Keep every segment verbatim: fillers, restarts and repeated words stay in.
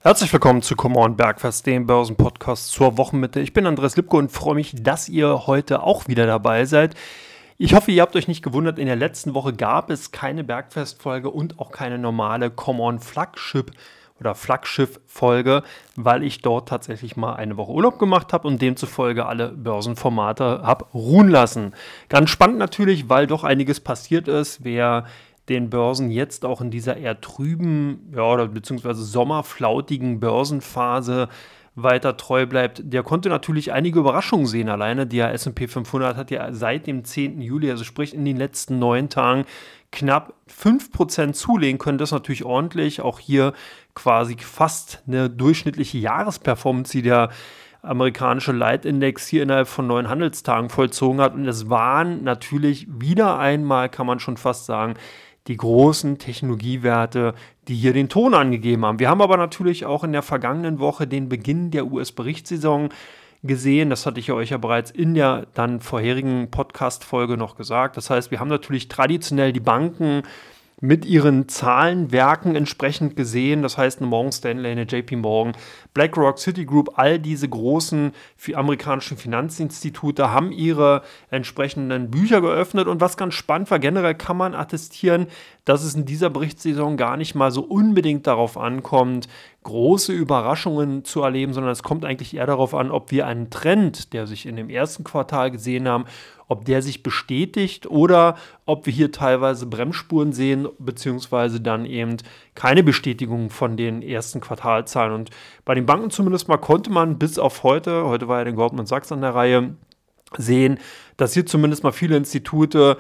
Herzlich willkommen zu Come On Bergfest, dem Börsenpodcast zur Wochenmitte. Ich bin Andreas Lipko und freue mich, dass ihr heute auch wieder dabei seid. Ich hoffe, ihr habt euch nicht gewundert, in der letzten Woche gab es keine Bergfest-Folge und auch keine normale Come On Flagship oder Flaggschiff-Folge, weil ich dort tatsächlich mal eine Woche Urlaub gemacht habe und demzufolge alle Börsenformate habe ruhen lassen. Ganz spannend natürlich, weil doch einiges passiert ist. Wer den Börsen jetzt auch in dieser eher trüben, ja, oder beziehungsweise sommerflautigen Börsenphase weiter treu bleibt, der konnte natürlich einige Überraschungen sehen. Alleine der S und P fünfhundert hat ja seit dem zehnten Juli, also sprich in den letzten neun Tagen, knapp fünf Prozent zulegen können. Das ist natürlich ordentlich. Auch hier quasi fast eine durchschnittliche Jahresperformance, die der amerikanische Leitindex hier innerhalb von neun Handelstagen vollzogen hat. Und es waren natürlich wieder einmal, kann man schon fast sagen, die großen Technologiewerte, die hier den Ton angegeben haben. Wir haben aber natürlich auch in der vergangenen Woche den Beginn der U S-Berichtssaison gesehen. Das hatte ich euch ja bereits in der dann vorherigen Podcast-Folge noch gesagt. Das heißt, wir haben natürlich traditionell die Banken mit ihren Zahlenwerken entsprechend gesehen. Das heißt, eine Morgan Stanley, eine J P Morgan, BlackRock, Citigroup, all diese großen amerikanischen Finanzinstitute haben ihre entsprechenden Bücher geöffnet. Und was ganz spannend war, generell kann man attestieren, dass es in dieser Berichtssaison gar nicht mal so unbedingt darauf ankommt, große Überraschungen zu erleben, sondern es kommt eigentlich eher darauf an, ob wir einen Trend, der sich in dem ersten Quartal gesehen haben, ob der sich bestätigt oder ob wir hier teilweise Bremsspuren sehen, beziehungsweise dann eben keine Bestätigung von den ersten Quartalzahlen. Und bei den Banken zumindest mal konnte man bis auf heute, heute war ja der Goldman Sachs an der Reihe, sehen, dass hier zumindest mal viele Institute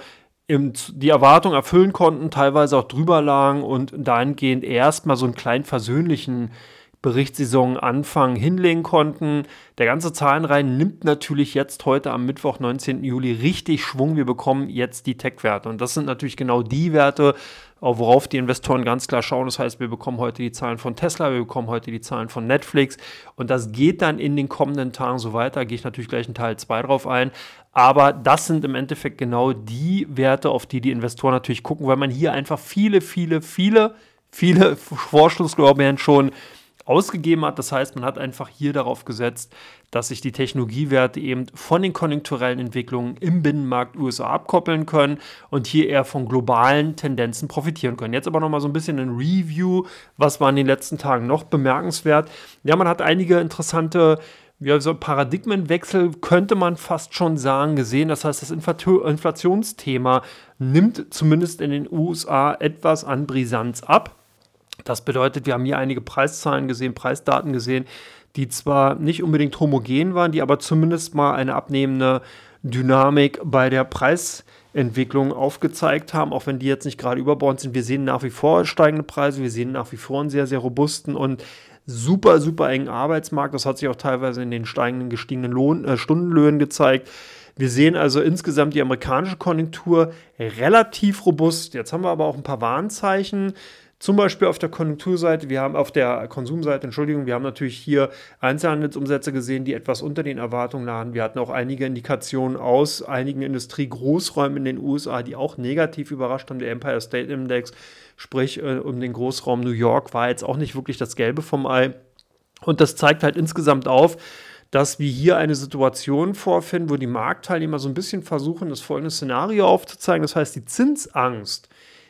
die Erwartung erfüllen konnten, teilweise auch drüber lagen und dahingehend erstmal so einen kleinen versöhnlichen Berichtssaisonanfang hinlegen konnten. Der ganze Zahlenreihen nimmt natürlich jetzt heute am Mittwoch, neunzehnten Juli, richtig Schwung. Wir bekommen jetzt die Tech-Werte und das sind natürlich genau die Werte, worauf die Investoren ganz klar schauen. Das heißt, wir bekommen heute die Zahlen von Tesla, wir bekommen heute die Zahlen von Netflix und das geht dann in den kommenden Tagen so weiter. Da gehe ich natürlich gleich in Teil zwei drauf ein. Aber das sind im Endeffekt genau die Werte, auf die die Investoren natürlich gucken, weil man hier einfach viele, viele, viele, viele Vorschlusslorbeeren schon ausgegeben hat. Das heißt, man hat einfach hier darauf gesetzt, dass sich die Technologiewerte eben von den konjunkturellen Entwicklungen im Binnenmarkt U S A abkoppeln können und hier eher von globalen Tendenzen profitieren können. Jetzt aber nochmal so ein bisschen ein Review. Was war in den letzten Tagen noch bemerkenswert? Ja, man hat einige interessante Ja, so Paradigmenwechsel könnte man fast schon sagen, gesehen. Das heißt, das Inflationsthema nimmt zumindest in den U S A etwas an Brisanz ab. Das bedeutet, wir haben hier einige Preiszahlen gesehen, Preisdaten gesehen, die zwar nicht unbedingt homogen waren, die aber zumindest mal eine abnehmende Dynamik bei der Preisentwicklung aufgezeigt haben, auch wenn die jetzt nicht gerade überbordend sind. Wir sehen nach wie vor steigende Preise, wir sehen nach wie vor einen sehr, sehr robusten und super, super engen Arbeitsmarkt. Das hat sich auch teilweise in den steigenden, gestiegenen Lohn, äh, Stundenlöhnen gezeigt. Wir sehen also insgesamt die amerikanische Konjunktur relativ robust. Jetzt haben wir aber auch ein paar Warnzeichen. Zum Beispiel auf der Konjunkturseite, wir haben auf der Konsumseite, Entschuldigung, wir haben natürlich hier Einzelhandelsumsätze gesehen, die etwas unter den Erwartungen lagen. Wir hatten auch einige Indikationen aus einigen Industriegroßräumen in den U S A, die auch negativ überrascht haben. Der Empire State Index, sprich äh, um den Großraum New York, war jetzt auch nicht wirklich das Gelbe vom Ei. Und das zeigt halt insgesamt auf, dass wir hier eine Situation vorfinden, wo die Marktteilnehmer so ein bisschen versuchen, das folgende Szenario aufzuzeigen. Das heißt, die Zinsangst,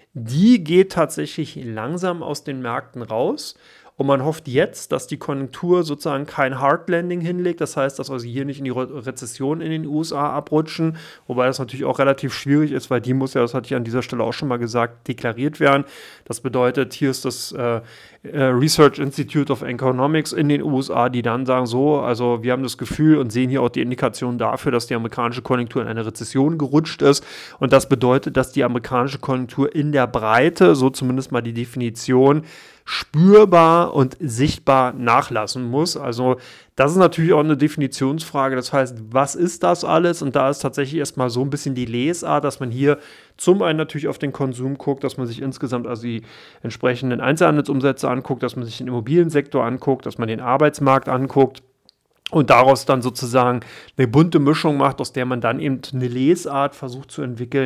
die geht tatsächlich langsam aus den Märkten raus und man hofft jetzt, dass die Konjunktur sozusagen kein Hard Landing hinlegt. Das heißt, dass wir also hier nicht in die Re- Rezession in den U S A abrutschen, wobei das natürlich auch relativ schwierig ist, weil die muss ja, das hatte ich an dieser Stelle auch schon mal gesagt, deklariert werden. Das bedeutet, hier ist das äh, Research Institute of Economics in den U S A, die dann sagen so, also wir haben das Gefühl und sehen hier auch die Indikationen dafür, dass die amerikanische Konjunktur in eine Rezession gerutscht ist und das bedeutet, dass die amerikanische Konjunktur in der Breite, so zumindest mal die Definition, spürbar und sichtbar nachlassen muss. Also das ist natürlich auch eine Definitionsfrage. Das heißt, was ist das alles? Und da ist tatsächlich erstmal so ein bisschen die Lesart, dass man hier zum einen natürlich auf den Konsum guckt, dass man sich insgesamt also die entsprechenden Einzelhandelsumsätze anguckt, dass man sich den Immobiliensektor anguckt, dass man den Arbeitsmarkt anguckt. Und daraus dann sozusagen eine bunte Mischung macht, aus der man dann eben eine Lesart versucht zu entwickeln,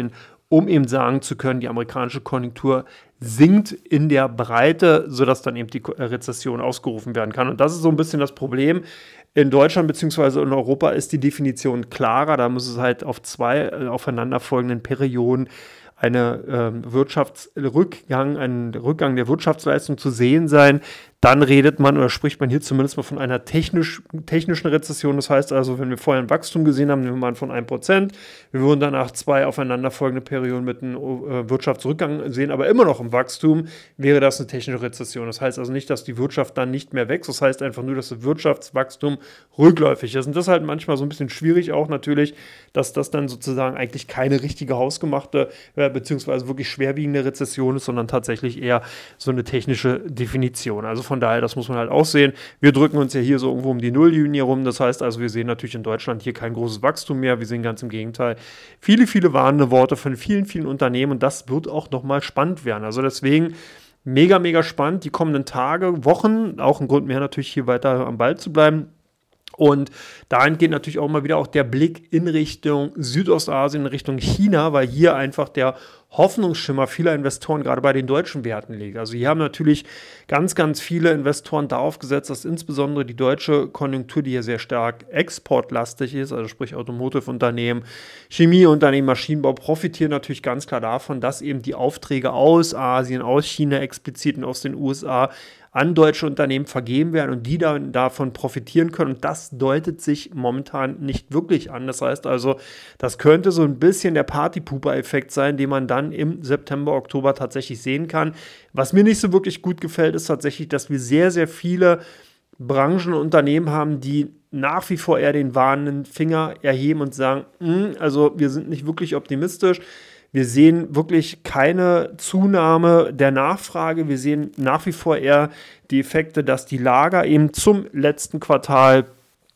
um eben sagen zu können, die amerikanische Konjunktur sinkt in der Breite, sodass dann eben die Rezession ausgerufen werden kann. Und das ist so ein bisschen das Problem. In Deutschland bzw. in Europa ist die Definition klarer. Da muss es halt auf zwei äh, aufeinanderfolgenden Perioden eine ähm, Wirtschaftsrückgang, ein Rückgang der Wirtschaftsleistung zu sehen sein. Dann redet man oder spricht man hier zumindest mal von einer technisch, technischen Rezession. Das heißt also, wenn wir vorher ein Wachstum gesehen haben, nehmen wir mal von einem Prozent, wir würden danach zwei aufeinanderfolgende Perioden mit einem äh, Wirtschaftsrückgang sehen, aber immer noch im Wachstum, wäre das eine technische Rezession. Das heißt also nicht, dass die Wirtschaft dann nicht mehr wächst. Das heißt einfach nur, dass das Wirtschaftswachstum rückläufig ist. Und das ist halt manchmal so ein bisschen schwierig auch natürlich, dass das dann sozusagen eigentlich keine richtige hausgemachte äh, beziehungsweise wirklich schwerwiegende Rezession ist, sondern tatsächlich eher so eine technische Definition. Also von daher, das muss man halt auch sehen. Wir drücken uns ja hier so irgendwo um die Nulllinie rum. Das heißt also, wir sehen natürlich in Deutschland hier kein großes Wachstum mehr. Wir sehen ganz im Gegenteil viele, viele warnende Worte von vielen, vielen Unternehmen. Und das wird auch nochmal spannend werden. Also deswegen mega, mega spannend. Die kommenden Tage, Wochen, auch ein Grund mehr natürlich hier weiter am Ball zu bleiben. Und dahin geht natürlich auch mal wieder auch der Blick in Richtung Südostasien, in Richtung China, weil hier einfach der Hoffnungsschimmer vieler Investoren gerade bei den deutschen Werten liegt. Also hier haben natürlich ganz, ganz viele Investoren darauf gesetzt, dass insbesondere die deutsche Konjunktur, die hier sehr stark exportlastig ist, also sprich Automotive-Unternehmen, Chemieunternehmen, Maschinenbau, profitieren natürlich ganz klar davon, dass eben die Aufträge aus Asien, aus China explizit und aus den U S A an deutsche Unternehmen vergeben werden und die dann davon profitieren können. Und das deutet sich momentan nicht wirklich an. Das heißt also, das könnte so ein bisschen der Partypooper-Effekt sein, den man dann im September, Oktober tatsächlich sehen kann. Was mir nicht so wirklich gut gefällt, ist tatsächlich, dass wir sehr, sehr viele Branchen und Unternehmen haben, die nach wie vor eher den warnenden Finger erheben und sagen, also wir sind nicht wirklich optimistisch. Wir sehen wirklich keine Zunahme der Nachfrage. Wir sehen nach wie vor eher die Effekte, dass die Lager eben zum letzten Quartal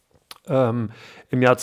ähm, im Jahr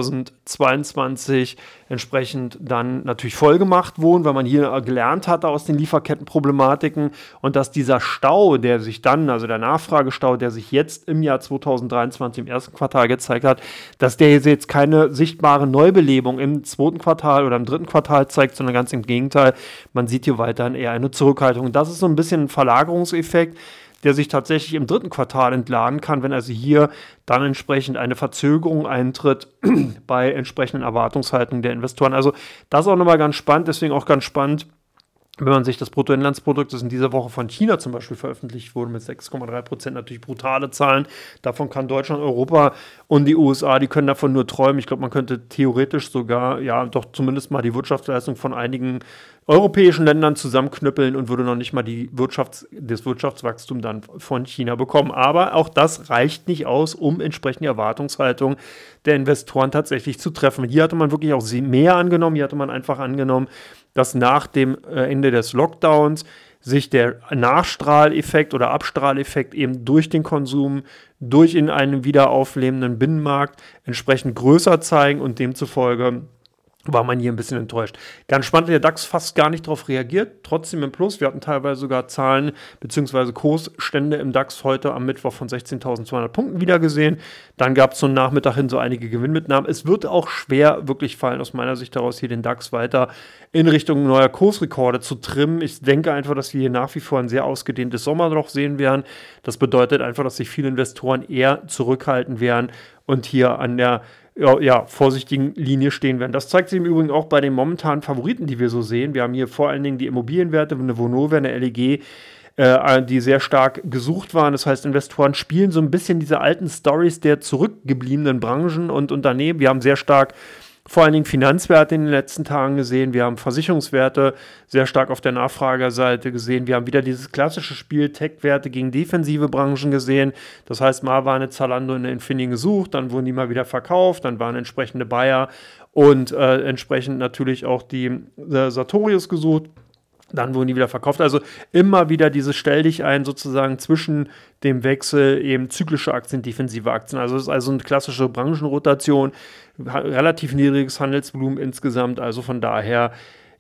zweitausendzweiundzwanzig entsprechend dann natürlich vollgemacht wurden, weil man hier gelernt hatte aus den Lieferkettenproblematiken und dass dieser Stau, der sich dann, also der Nachfragestau, der sich jetzt im Jahr zweitausenddreiundzwanzig im ersten Quartal gezeigt hat, dass der jetzt keine sichtbare Neubelebung im zweiten Quartal oder im dritten Quartal zeigt, sondern ganz im Gegenteil, man sieht hier weiterhin eher eine Zurückhaltung. Und das ist so ein bisschen ein Verlagerungseffekt, der sich tatsächlich im dritten Quartal entladen kann, wenn also hier dann entsprechend eine Verzögerung eintritt bei entsprechenden Erwartungshaltungen der Investoren. Also das ist auch nochmal ganz spannend, deswegen auch ganz spannend, wenn man sich das Bruttoinlandsprodukt, das in dieser Woche von China zum Beispiel veröffentlicht wurde, mit sechs Komma drei Prozent, natürlich brutale Zahlen. Davon kann Deutschland, Europa und die U S A, die können davon nur träumen. Ich glaube, man könnte theoretisch sogar, ja, doch zumindest mal die Wirtschaftsleistung von einigen europäischen Ländern zusammenknüppeln und würde noch nicht mal die Wirtschafts-, das Wirtschaftswachstum dann von China bekommen. Aber auch das reicht nicht aus, um entsprechende Erwartungshaltung der Investoren tatsächlich zu treffen. Hier hatte man wirklich auch mehr angenommen. Hier hatte man einfach angenommen, dass nach dem Ende des Lockdowns sich der Nachstrahleffekt oder Abstrahleffekt eben durch den Konsum, durch in einen wieder auflebenden Binnenmarkt entsprechend größer zeigen und demzufolge war man hier ein bisschen enttäuscht. Ganz spannend, der DAX fast gar nicht darauf reagiert, trotzdem im Plus. Wir hatten teilweise sogar Zahlen bzw. Kursstände im DAX heute am Mittwoch von sechzehntausendzweihundert Punkten wieder gesehen. Dann gab es zum Nachmittag hin so einige Gewinnmitnahmen. Es wird auch schwer wirklich fallen, aus meiner Sicht heraus, hier den DAX weiter in Richtung neuer Kursrekorde zu trimmen. Ich denke einfach, dass wir hier nach wie vor ein sehr ausgedehntes Sommerloch sehen werden. Das bedeutet einfach, dass sich viele Investoren eher zurückhalten werden und hier an der Ja, ja, vorsichtigen Linie stehen werden. Das zeigt sich im Übrigen auch bei den momentanen Favoriten, die wir so sehen. Wir haben hier vor allen Dingen die Immobilienwerte, eine Vonovia, eine L E G, äh, die sehr stark gesucht waren. Das heißt, Investoren spielen so ein bisschen diese alten Stories der zurückgebliebenen Branchen und Unternehmen. Wir haben sehr stark vor allen Dingen Finanzwerte in den letzten Tagen gesehen. Wir haben Versicherungswerte sehr stark auf der Nachfragerseite gesehen. Wir haben wieder dieses klassische Spiel Tech-Werte gegen defensive Branchen gesehen. Das heißt, mal war eine Zalando in der Infineon gesucht, dann wurden die mal wieder verkauft, dann waren entsprechende Buyer und äh, entsprechend natürlich auch die äh, Sartorius gesucht. Dann wurden die wieder verkauft. Also immer wieder dieses Stell dich ein sozusagen zwischen dem Wechsel eben zyklische Aktien, defensive Aktien. Also es ist also eine klassische Branchenrotation, relativ niedriges Handelsvolumen insgesamt. Also von daher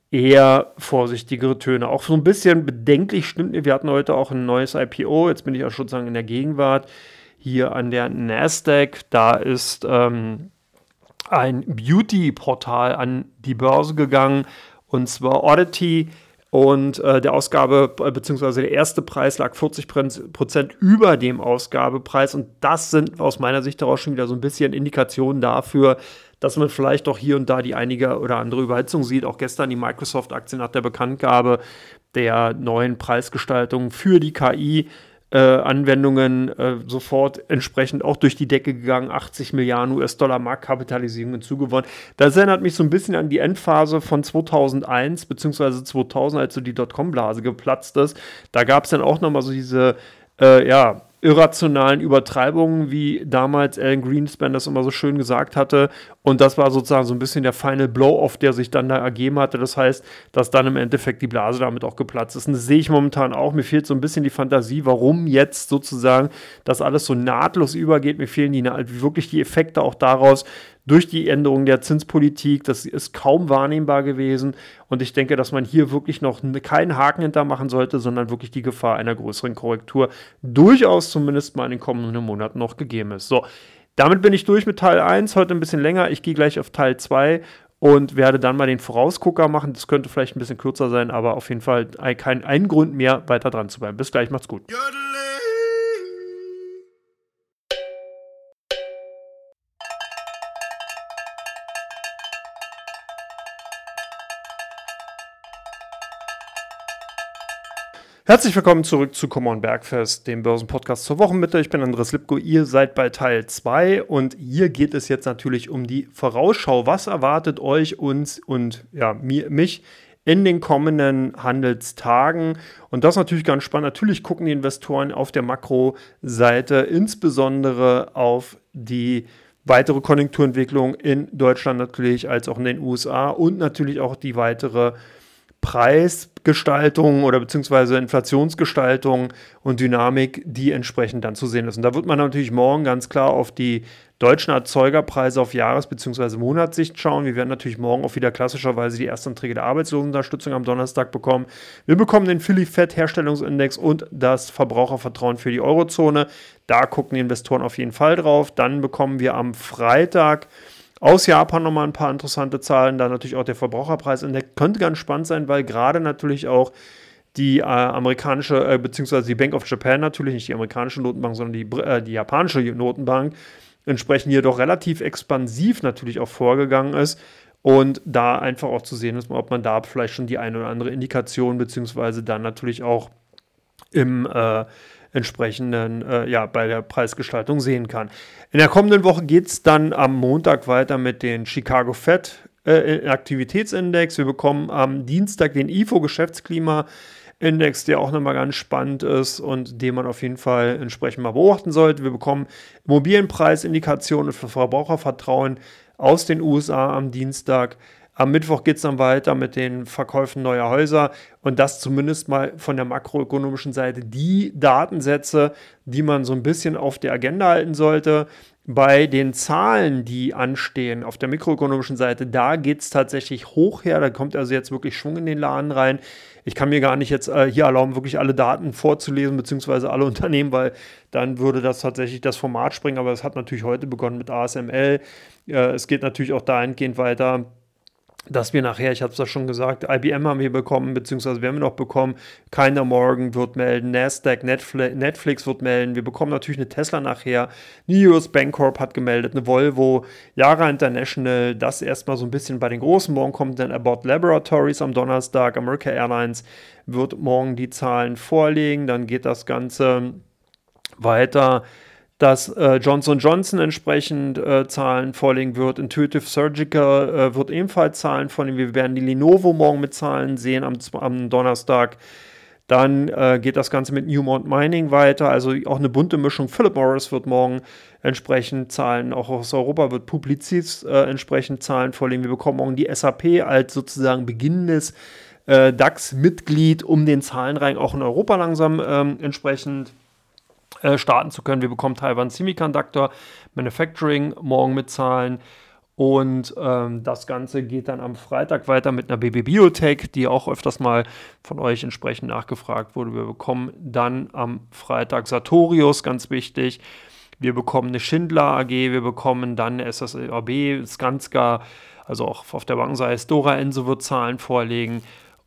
eher vorsichtigere Töne. Auch so ein bisschen bedenklich stimmt mir, wir hatten heute auch ein neues I P O. Jetzt bin ich auch sozusagen in der Gegenwart. Hier an der Nasdaq, da ist ähm, ein Beauty-Portal an die Börse gegangen. und zwar Oddity. Und äh, der Ausgabe, beziehungsweise der erste Preis lag vierzig Prozent über dem Ausgabepreis. Und das sind aus meiner Sicht daraus schon wieder so ein bisschen Indikationen dafür, dass man vielleicht auch hier und da die einige oder andere Überhitzung sieht. Auch gestern die Microsoft-Aktie nach der Bekanntgabe der neuen Preisgestaltung für die K I Äh, Anwendungen äh, sofort entsprechend auch durch die Decke gegangen, achtzig Milliarden U S-Dollar Marktkapitalisierung hinzugewonnen. Das erinnert mich so ein bisschen an die Endphase von zweitausendeins beziehungsweise zweitausend, als so die Dotcom-Blase geplatzt ist. Da gab es dann auch nochmal so diese, äh, ja, irrationalen Übertreibungen, wie damals Alan Greenspan das immer so schön gesagt hatte. Und das war sozusagen so ein bisschen der Final Blow-off, der sich dann da ergeben hatte. Das heißt, dass dann im Endeffekt die Blase damit auch geplatzt ist. Und das sehe ich momentan auch. Mir fehlt so ein bisschen die Fantasie, warum jetzt sozusagen das alles so nahtlos übergeht. Mir fehlen die, wirklich die Effekte auch daraus, durch die Änderung der Zinspolitik. Das ist kaum wahrnehmbar gewesen. Und ich denke, dass man hier wirklich noch keinen Haken hintermachen sollte, sondern wirklich die Gefahr einer größeren Korrektur durchaus zumindest mal in den kommenden Monaten noch gegeben ist. So, damit bin ich durch mit Teil eins. Heute ein bisschen länger. Ich gehe gleich auf Teil zwei und werde dann mal den Vorausgucker machen. Das könnte vielleicht ein bisschen kürzer sein, aber auf jeden Fall kein ein Grund mehr, weiter dran zu bleiben. Bis gleich, macht's gut. Herzlich willkommen zurück zu Come On Bergfest, dem Börsenpodcast zur Wochenmitte. Ich bin Andres Lipko, ihr seid bei Teil zwei und hier geht es jetzt natürlich um die Vorausschau. Was erwartet euch, uns und ja, mir, mich in den kommenden Handelstagen? Und das ist natürlich ganz spannend. Natürlich gucken die Investoren auf der Makroseite insbesondere auf die weitere Konjunkturentwicklung in Deutschland natürlich, als auch in den U S A und natürlich auch die weitere Preisgestaltung oder beziehungsweise Inflationsgestaltung und Dynamik, die entsprechend dann zu sehen ist. Und da wird man natürlich morgen ganz klar auf die deutschen Erzeugerpreise auf Jahres- bzw. Monatssicht schauen. Wir werden natürlich morgen auch wieder klassischerweise die Erstanträge der Arbeitslosenunterstützung am Donnerstag bekommen. Wir bekommen den Philly Fed Herstellungsindex und das Verbrauchervertrauen für die Eurozone. Da gucken die Investoren auf jeden Fall drauf. Dann bekommen wir am Freitag aus Japan nochmal ein paar interessante Zahlen, da natürlich auch der Verbraucherpreisindex könnte ganz spannend sein, weil gerade natürlich auch die äh, amerikanische, äh, beziehungsweise die Bank of Japan natürlich, nicht die amerikanische Notenbank, sondern die, äh, die japanische Notenbank, entsprechend hier doch relativ expansiv natürlich auch vorgegangen ist und da einfach auch zu sehen ist, ob man da vielleicht schon die eine oder andere Indikation, beziehungsweise dann natürlich auch im äh, entsprechenden, äh, ja, bei der Preisgestaltung sehen kann. In der kommenden Woche geht es dann am Montag weiter mit den Chicago Fed äh, Aktivitätsindex. Wir bekommen am Dienstag den I F O Geschäftsklima-Index, der auch nochmal ganz spannend ist und den man auf jeden Fall entsprechend mal beobachten sollte. Wir bekommen Immobilienpreisindikationen für Verbrauchervertrauen aus den U S A am Dienstag. Am Mittwoch geht es dann weiter mit den Verkäufen neuer Häuser und das zumindest mal von der makroökonomischen Seite die Datensätze, die man so ein bisschen auf der Agenda halten sollte. Bei den Zahlen, die anstehen auf der mikroökonomischen Seite, da geht es tatsächlich hoch her. Da kommt also jetzt wirklich Schwung in den Laden rein. Ich kann mir gar nicht jetzt äh, hier erlauben, wirklich alle Daten vorzulesen, beziehungsweise alle Unternehmen, weil dann würde das tatsächlich das Format springen. Aber es hat natürlich heute begonnen mit A S M L. Äh, es geht natürlich auch dahingehend weiter, dass wir nachher, ich habe es ja schon gesagt, I B M haben wir bekommen, beziehungsweise werden wir noch bekommen, Kinder Morgan wird melden, Nasdaq, Netflix, Netflix wird melden, wir bekommen natürlich eine Tesla nachher, New U S Bancorp hat gemeldet, eine Volvo, Yara International, das erstmal so ein bisschen bei den großen. Morgen kommt dann Abbott Laboratories am Donnerstag, America Airlines wird morgen die Zahlen vorlegen, dann geht das Ganze weiter, dass äh, Johnson und Johnson entsprechend äh, Zahlen vorlegen wird. Intuitive Surgical äh, wird ebenfalls Zahlen vorlegen. Wir werden die Lenovo morgen mit Zahlen sehen am, am Donnerstag. Dann äh, geht das Ganze mit Newmont Mining weiter. Also auch eine bunte Mischung. Philip Morris wird morgen entsprechend Zahlen. Auch aus Europa wird Publicis äh, entsprechend Zahlen vorlegen. Wir bekommen morgen die S A P als sozusagen beginnendes äh, DAX-Mitglied, um den Zahlenrang auch in Europa langsam ähm, entsprechend starten zu können. Wir bekommen Taiwan Semiconductor Manufacturing morgen mit Zahlen und ähm, das Ganze geht dann am Freitag weiter mit einer B B Biotech, die auch öfters mal von euch entsprechend nachgefragt wurde. Wir bekommen dann am Freitag Sartorius, ganz wichtig. Wir bekommen eine Schindler A G, wir bekommen dann eine S S A B, Skanska, also auch auf der Bankenseite Stora Enso wird Zahlen vorlegen.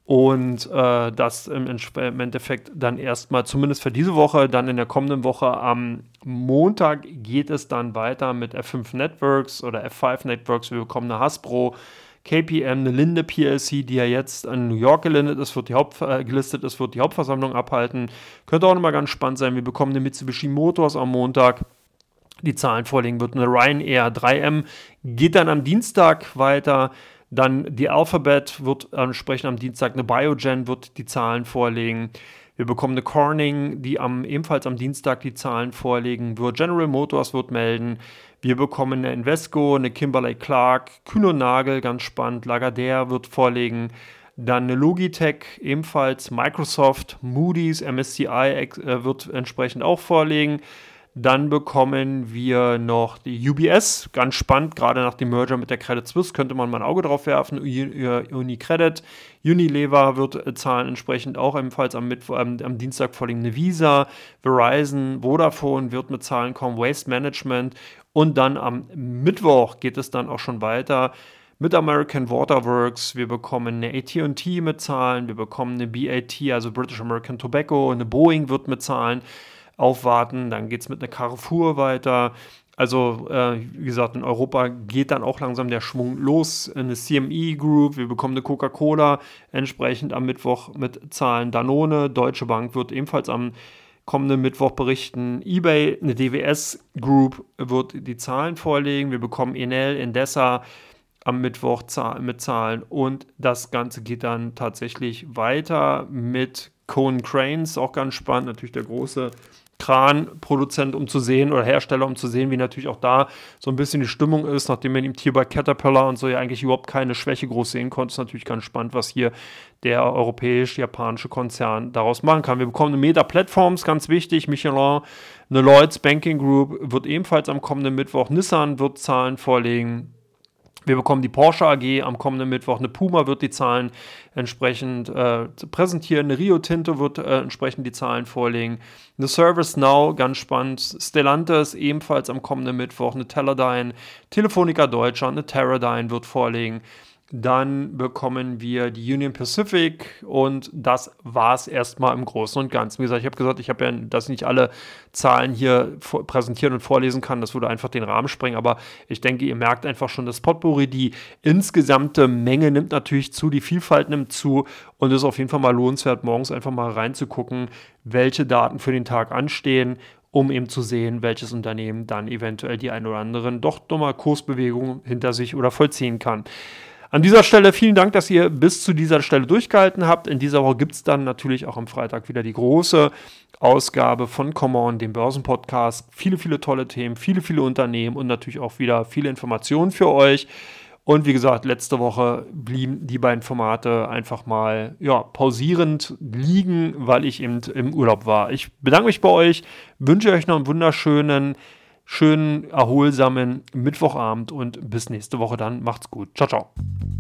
Und äh, das im, im Endeffekt dann erstmal, zumindest für diese Woche, dann in der kommenden Woche am Montag geht es dann weiter mit F fünf Networks oder F fünf Networks. Wir bekommen eine Hasbro, K P M, eine Linde P L C, die ja jetzt in New York gelistet ist, wird die, Haupt, äh, gelistet ist, wird die Hauptversammlung abhalten. Könnte auch nochmal ganz spannend sein. Wir bekommen eine Mitsubishi Motors am Montag, die Zahlen vorlegen wird. Eine Ryanair drei M geht dann am Dienstag weiter. Dann die Alphabet wird entsprechend am Dienstag, eine Biogen wird die Zahlen vorlegen. Wir bekommen eine Corning, die am, ebenfalls am Dienstag die Zahlen vorlegen wird. General Motors wird melden. Wir bekommen eine Invesco, eine Kimberly-Clark, Kühn und Nagel, ganz spannend. Lagardère wird vorlegen. Dann eine Logitech, ebenfalls Microsoft, Moody's, M S C I äh, wird entsprechend auch vorlegen. Dann bekommen wir noch die U B S, ganz spannend, gerade nach dem Merger mit der Credit Suisse könnte man mal ein Auge drauf werfen. UniCredit, Unilever wird Zahlen entsprechend auch ebenfalls am, Mittwoch, ähm, am Dienstag vorlegen. Eine Visa, Verizon, Vodafone wird mit Zahlen kommen, Waste Management und dann am Mittwoch geht es dann auch schon weiter mit American Waterworks. Wir bekommen eine A T und T mit Zahlen, wir bekommen eine B A T, also British American Tobacco, eine Boeing wird mit Zahlen aufwarten, dann geht es mit einer Carrefour weiter. Also, äh, wie gesagt, in Europa geht dann auch langsam der Schwung los. Eine C M E Group, wir bekommen eine Coca-Cola entsprechend am Mittwoch mit Zahlen. Danone, Deutsche Bank wird ebenfalls am kommenden Mittwoch berichten. eBay, eine D W S Group wird die Zahlen vorlegen. Wir bekommen Enel, Endesa am Mittwoch mit Zahlen und das Ganze geht dann tatsächlich weiter mit Cohen Cranes, auch ganz spannend, natürlich der große Kranproduzent, um zu sehen, oder Hersteller, um zu sehen, wie natürlich auch da so ein bisschen die Stimmung ist, nachdem man ihm hier bei Caterpillar und so ja eigentlich überhaupt keine Schwäche groß sehen konnte, ist natürlich ganz spannend, was hier der europäisch-japanische Konzern daraus machen kann. Wir bekommen eine Meta Platforms, ganz wichtig, Michelin, eine Lloyds Banking Group wird ebenfalls am kommenden Mittwoch, Nissan wird Zahlen vorlegen. Wir bekommen die Porsche A G am kommenden Mittwoch, eine Puma wird die Zahlen entsprechend äh, präsentieren, eine Rio Tinto wird äh, entsprechend die Zahlen vorlegen, eine ServiceNow, ganz spannend, Stellantis ebenfalls am kommenden Mittwoch, eine Teledyne, Telefonica Deutschland, eine Teradyne wird vorlegen. Dann bekommen wir die Union Pacific und das war es erstmal im Großen und Ganzen. Wie gesagt, ich habe gesagt, ich habe ja, dass ich nicht alle Zahlen hier vor- präsentieren und vorlesen kann, das würde einfach den Rahmen sprengen, aber ich denke, ihr merkt einfach schon, das Potpourri, die insgesamte Menge nimmt natürlich zu, die Vielfalt nimmt zu und es ist auf jeden Fall mal lohnenswert, morgens einfach mal reinzugucken, welche Daten für den Tag anstehen, um eben zu sehen, welches Unternehmen dann eventuell die ein oder anderen doch dummer Kursbewegungen hinter sich oder vollziehen kann. An dieser Stelle vielen Dank, dass ihr bis zu dieser Stelle durchgehalten habt. In dieser Woche gibt es dann natürlich auch am Freitag wieder die große Ausgabe von Come On, dem Börsenpodcast. Viele, viele tolle Themen, viele, viele Unternehmen und natürlich auch wieder viele Informationen für euch. Und wie gesagt, letzte Woche blieben die beiden Formate einfach mal ja, pausierend liegen, weil ich eben im Urlaub war. Ich bedanke mich bei euch, wünsche euch noch einen wunderschönen, schönen, erholsamen Mittwochabend und bis nächste Woche dann. Macht's gut. Ciao, ciao.